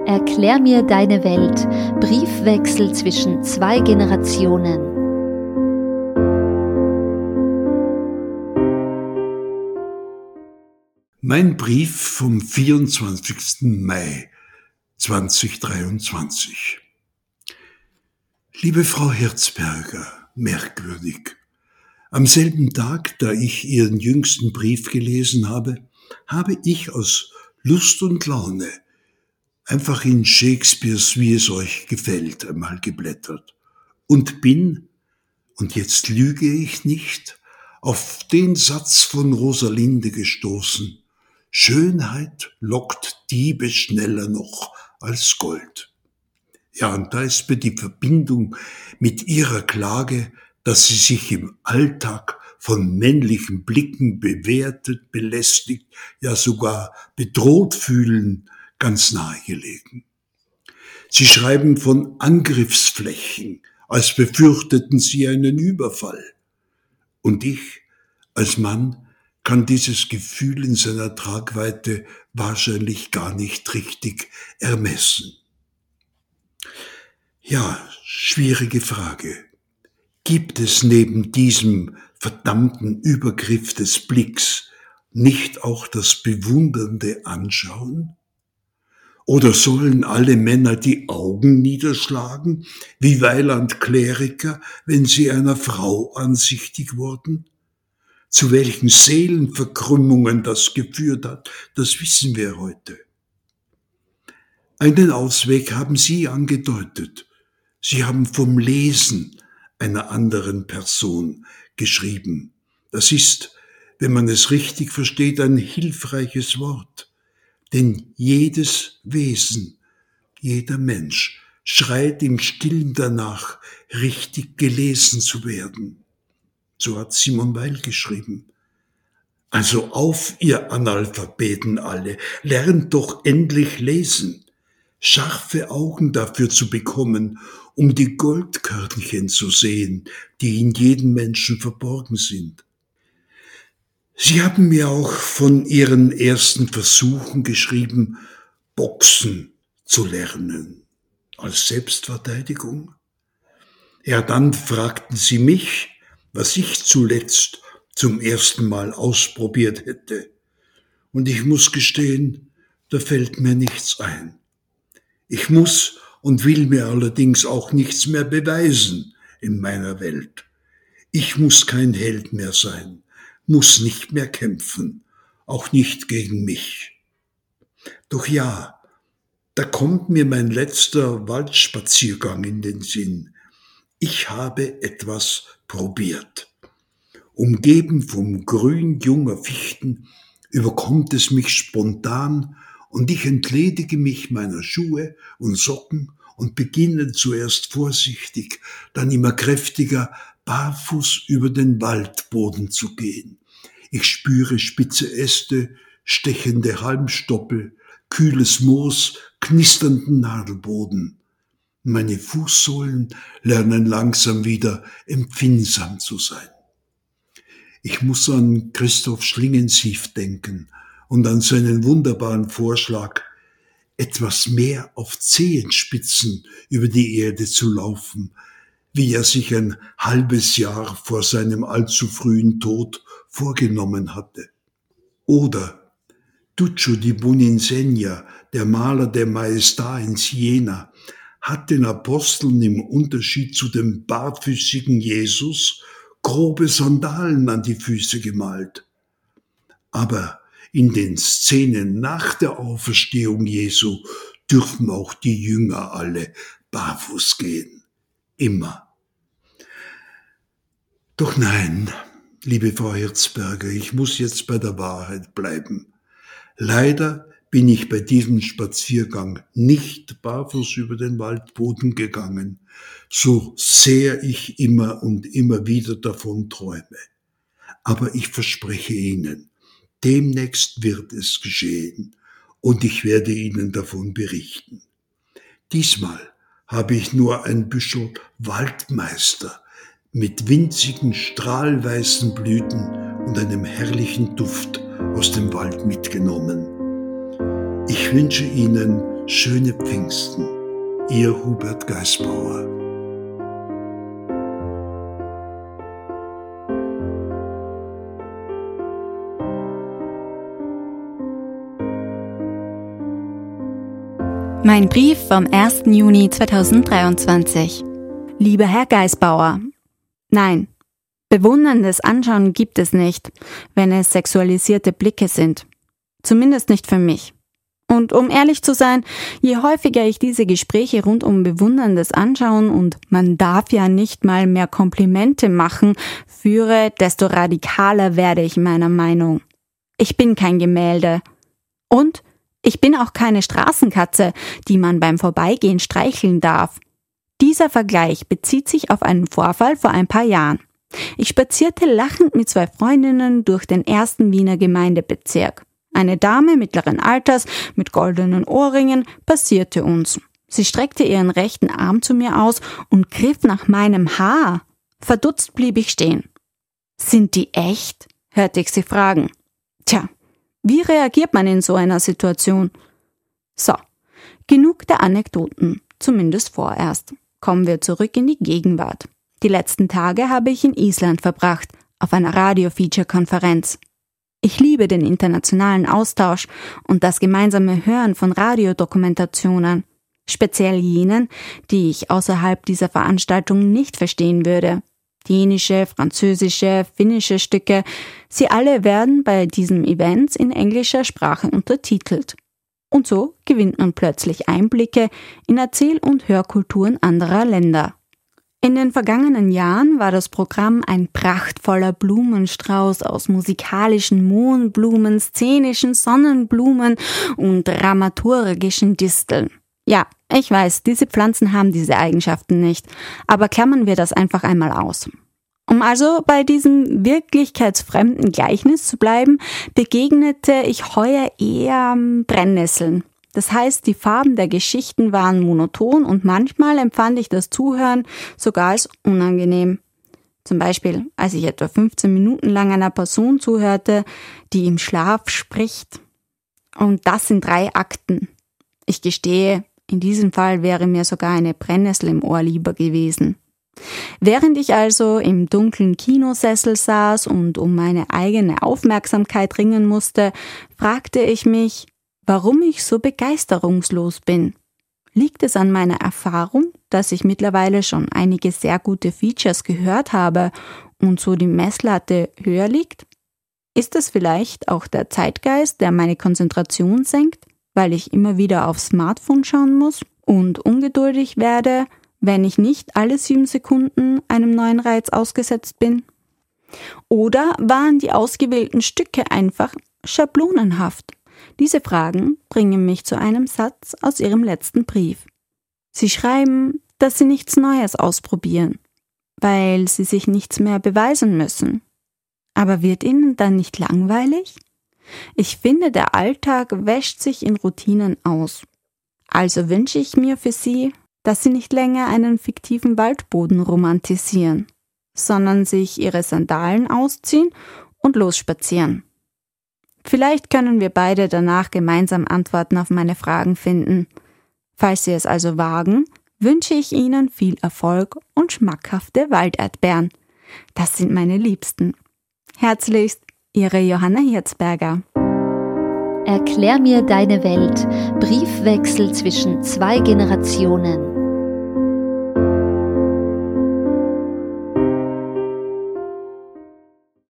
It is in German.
Erklär mir deine Welt. Briefwechsel zwischen 2 Generationen. Mein Brief vom 24. Mai 2023. Liebe Frau Herzberger, merkwürdig. Am selben Tag, da ich Ihren jüngsten Brief gelesen habe, habe ich aus Lust und Laune einfach in Shakespeares Wie es euch gefällt einmal geblättert und bin, und jetzt lüge ich nicht, auf den Satz von Rosalinde gestoßen: Schönheit lockt Diebe schneller noch als Gold. Ja, und da ist mir die Verbindung mit ihrer Klage, dass sie sich im Alltag von männlichen Blicken bewertet, belästigt, ja sogar bedroht fühlen, ganz nahe gelegen. Sie schreiben von Angriffsflächen, als befürchteten sie einen Überfall. Und ich, als Mann, kann dieses Gefühl in seiner Tragweite wahrscheinlich gar nicht richtig ermessen. Ja, schwierige Frage. Gibt es neben diesem verdammten Übergriff des Blicks nicht auch das bewundernde Anschauen? Oder sollen alle Männer die Augen niederschlagen, wie Weiland Kleriker, wenn sie einer Frau ansichtig wurden? Zu welchen Seelenverkrümmungen das geführt hat, das wissen wir heute. Einen Ausweg haben Sie angedeutet. Sie haben vom Lesen einer anderen Person geschrieben. Das ist, wenn man es richtig versteht, ein hilfreiches Wort. Denn jedes Wesen, jeder Mensch schreit im Stillen danach, richtig gelesen zu werden. So hat Simone Weil geschrieben. Also auf, ihr Analphabeten alle, lernt doch endlich lesen, scharfe Augen dafür zu bekommen, um die Goldkörnchen zu sehen, die in jedem Menschen verborgen sind. Sie haben mir auch von Ihren ersten Versuchen geschrieben, Boxen zu lernen, als Selbstverteidigung. Ja, dann fragten Sie mich, was ich zuletzt zum ersten Mal ausprobiert hätte. Und ich muss gestehen, da fällt mir nichts ein. Ich muss und will mir allerdings auch nichts mehr beweisen in meiner Welt. Ich muss kein Held mehr sein, muss nicht mehr kämpfen, auch nicht gegen mich. Doch ja, da kommt mir mein letzter Waldspaziergang in den Sinn. Ich habe etwas probiert. Umgeben vom Grün junger Fichten überkommt es mich spontan und ich entledige mich meiner Schuhe und Socken und beginne zuerst vorsichtig, dann immer kräftiger, barfuß über den Waldboden zu gehen. Ich spüre spitze Äste, stechende Halmstoppel, kühles Moos, knisternden Nadelboden. Meine Fußsohlen lernen langsam wieder empfindsam zu sein. Ich muss an Christoph Schlingensief denken und an seinen wunderbaren Vorschlag, etwas mehr auf Zehenspitzen über die Erde zu laufen, wie er sich ein halbes Jahr vor seinem allzu frühen Tod vorgenommen hatte. Oder Duccio di Buoninsegna, der Maler der Maestà in Siena, hat den Aposteln im Unterschied zu dem barfüßigen Jesus grobe Sandalen an die Füße gemalt. Aber in den Szenen nach der Auferstehung Jesu dürfen auch die Jünger alle barfuß gehen. Immer. Doch nein, liebe Frau Herzberger, ich muss jetzt bei der Wahrheit bleiben. Leider bin ich bei diesem Spaziergang nicht barfuß über den Waldboden gegangen, so sehr ich immer und immer wieder davon träume. Aber ich verspreche Ihnen, demnächst wird es geschehen und ich werde Ihnen davon berichten. Diesmal habe ich nur ein Büschel Waldmeister mit winzigen strahlweißen Blüten und einem herrlichen Duft aus dem Wald mitgenommen. Ich wünsche Ihnen Schöne Pfingsten, Ihr Hubert Geisbauer. Mein Brief vom 1. Juni 2023. Lieber Herr Geisbauer, nein, bewunderndes Anschauen gibt es nicht, wenn es sexualisierte Blicke sind. Zumindest nicht für mich. Und um ehrlich zu sein, je häufiger ich diese Gespräche rund um bewunderndes Anschauen und man darf ja nicht mal mehr Komplimente machen, führe, desto radikaler werde ich meiner Meinung. Ich bin kein Gemälde. Und ich bin auch keine Straßenkatze, die man beim Vorbeigehen streicheln darf. Dieser Vergleich bezieht sich auf einen Vorfall vor ein paar Jahren. Ich spazierte lachend mit 2 Freundinnen durch den 1. Wiener Gemeindebezirk. Eine Dame mittleren Alters mit goldenen Ohrringen passierte uns. Sie streckte ihren rechten Arm zu mir aus und griff nach meinem Haar. Verdutzt blieb ich stehen. »Sind die echt?« hörte ich sie fragen. Tja, wie reagiert man in so einer Situation? So, genug der Anekdoten, zumindest vorerst. Kommen wir zurück in die Gegenwart. Die letzten Tage habe ich in Island verbracht, auf einer Radio-Feature-Konferenz. Ich liebe den internationalen Austausch und das gemeinsame Hören von Radiodokumentationen, speziell jenen, die ich außerhalb dieser Veranstaltung nicht verstehen würde. Dänische, französische, finnische Stücke, sie alle werden bei diesen Events in englischer Sprache untertitelt. Und so gewinnt man plötzlich Einblicke in Erzähl- und Hörkulturen anderer Länder. In den vergangenen Jahren war das Programm ein prachtvoller Blumenstrauß aus musikalischen Mohnblumen, szenischen Sonnenblumen und dramaturgischen Disteln. Ja, ich weiß, diese Pflanzen haben diese Eigenschaften nicht, aber klammern wir das einfach einmal aus. Um also bei diesem wirklichkeitsfremden Gleichnis zu bleiben, begegnete ich heuer eher Brennnesseln. Das heißt, die Farben der Geschichten waren monoton und manchmal empfand ich das Zuhören sogar als unangenehm. Zum Beispiel, als ich etwa 15 Minuten lang einer Person zuhörte, die im Schlaf spricht. Und das in 3 Akten. Ich gestehe, in diesem Fall wäre mir sogar eine Brennnessel im Ohr lieber gewesen. Während ich also im dunklen Kinosessel saß und um meine eigene Aufmerksamkeit ringen musste, fragte ich mich, warum ich so begeisterungslos bin. Liegt es an meiner Erfahrung, dass ich mittlerweile schon einige sehr gute Features gehört habe und so die Messlatte höher liegt? Ist es vielleicht auch der Zeitgeist, der meine Konzentration senkt, weil ich immer wieder aufs Smartphone schauen muss und ungeduldig werde, wenn ich nicht alle 7 Sekunden einem neuen Reiz ausgesetzt bin? Oder waren die ausgewählten Stücke einfach schablonenhaft? Diese Fragen bringen mich zu einem Satz aus Ihrem letzten Brief. Sie schreiben, dass Sie nichts Neues ausprobieren, weil Sie sich nichts mehr beweisen müssen. Aber wird Ihnen dann nicht langweilig? Ich finde, der Alltag wäscht sich in Routinen aus. Also wünsche ich mir für Sie, dass Sie nicht länger einen fiktiven Waldboden romantisieren, sondern sich Ihre Sandalen ausziehen und losspazieren. Vielleicht können wir beide danach gemeinsam Antworten auf meine Fragen finden. Falls Sie es also wagen, wünsche ich Ihnen viel Erfolg und schmackhafte Walderdbeeren. Das sind meine Liebsten. Herzlichst, Ihre Johanna Hirzberger. Erklär mir deine Welt. Briefwechsel zwischen 2 Generationen.